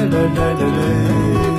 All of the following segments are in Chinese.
来来来来来。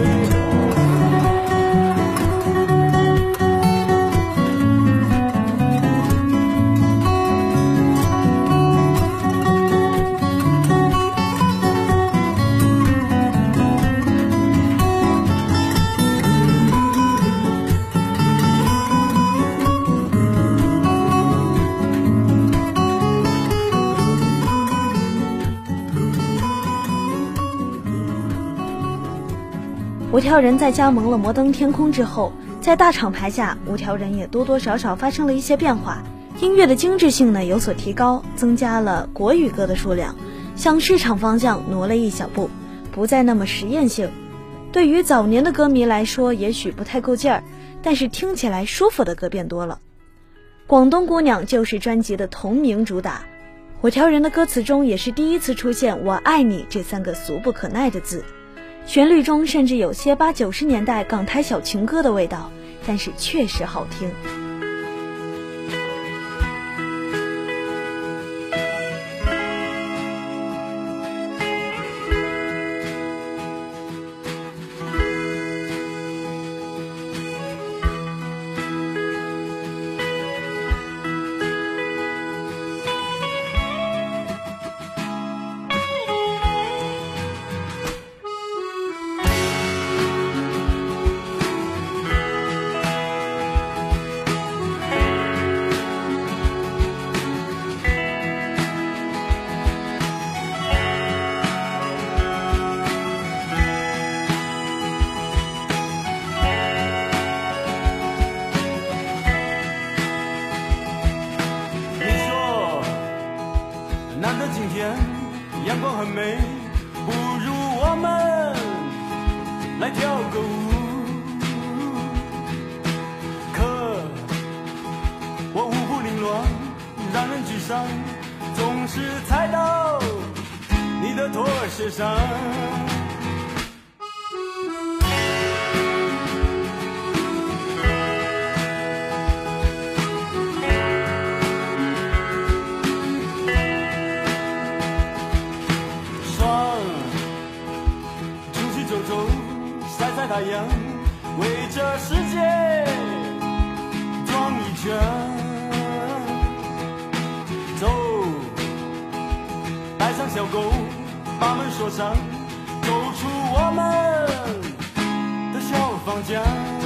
五条人在加盟了摩登天空之后，在大厂牌下，五条人也多多少少发生了一些变化，音乐的精致性呢有所提高，增加了国语歌的数量，向市场方向挪了一小步，不再那么实验性。对于早年的歌迷来说，也许不太够劲儿，但是听起来舒服的歌变多了。广东姑娘就是专辑的同名主打，五条人的歌词中也是第一次出现我爱你这3个俗不可耐的字，旋律中甚至有些80、90年代港台小情歌的味道，但是确实好听。 阳光很美，不如我们来跳个舞。可我五谷凌乱，让人沮丧，总是踩到你的拖鞋上。晒太阳，为这世界转一圈，走，带上小狗，把门锁上，走出我们的小房间。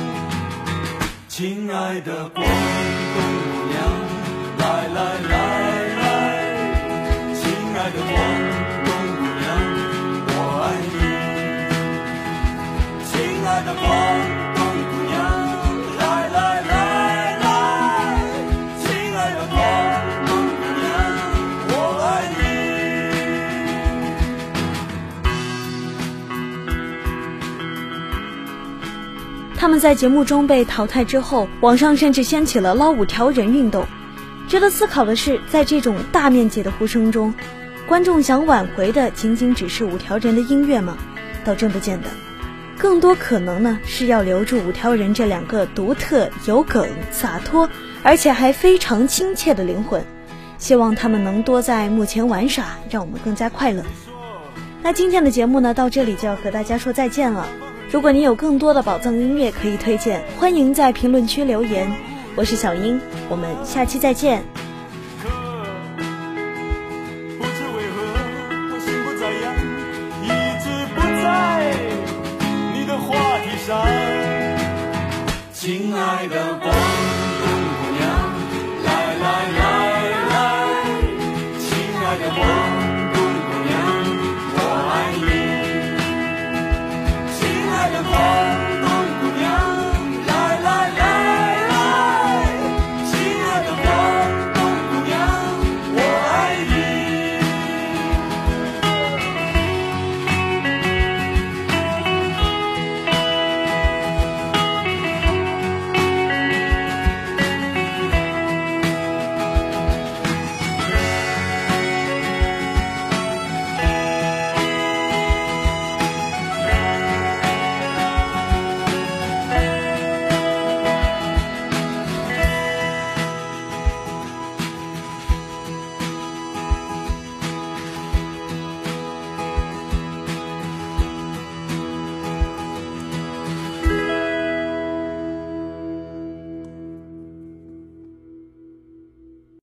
亲爱的广东姑娘，来来来来，亲爱的广东姑娘，我爱你。亲爱的广东姑娘，来来来来，亲爱的广东姑娘，我爱你。他们在节目中被淘汰之后，网上甚至掀起了捞五条人运动。值得思考的是，在这种大面积的呼声中，观众想挽回的仅仅只是五条人的音乐吗？倒真不见得。更多可能呢是要留住五条人这2个独特、有梗、洒脱，而且还非常亲切的灵魂。希望他们能多在幕前玩耍，让我们更加快乐。那今天的节目呢，到这里就要和大家说再见了。如果你有更多的宝藏音乐可以推荐，欢迎在评论区留言。我是小英，我们下期再见。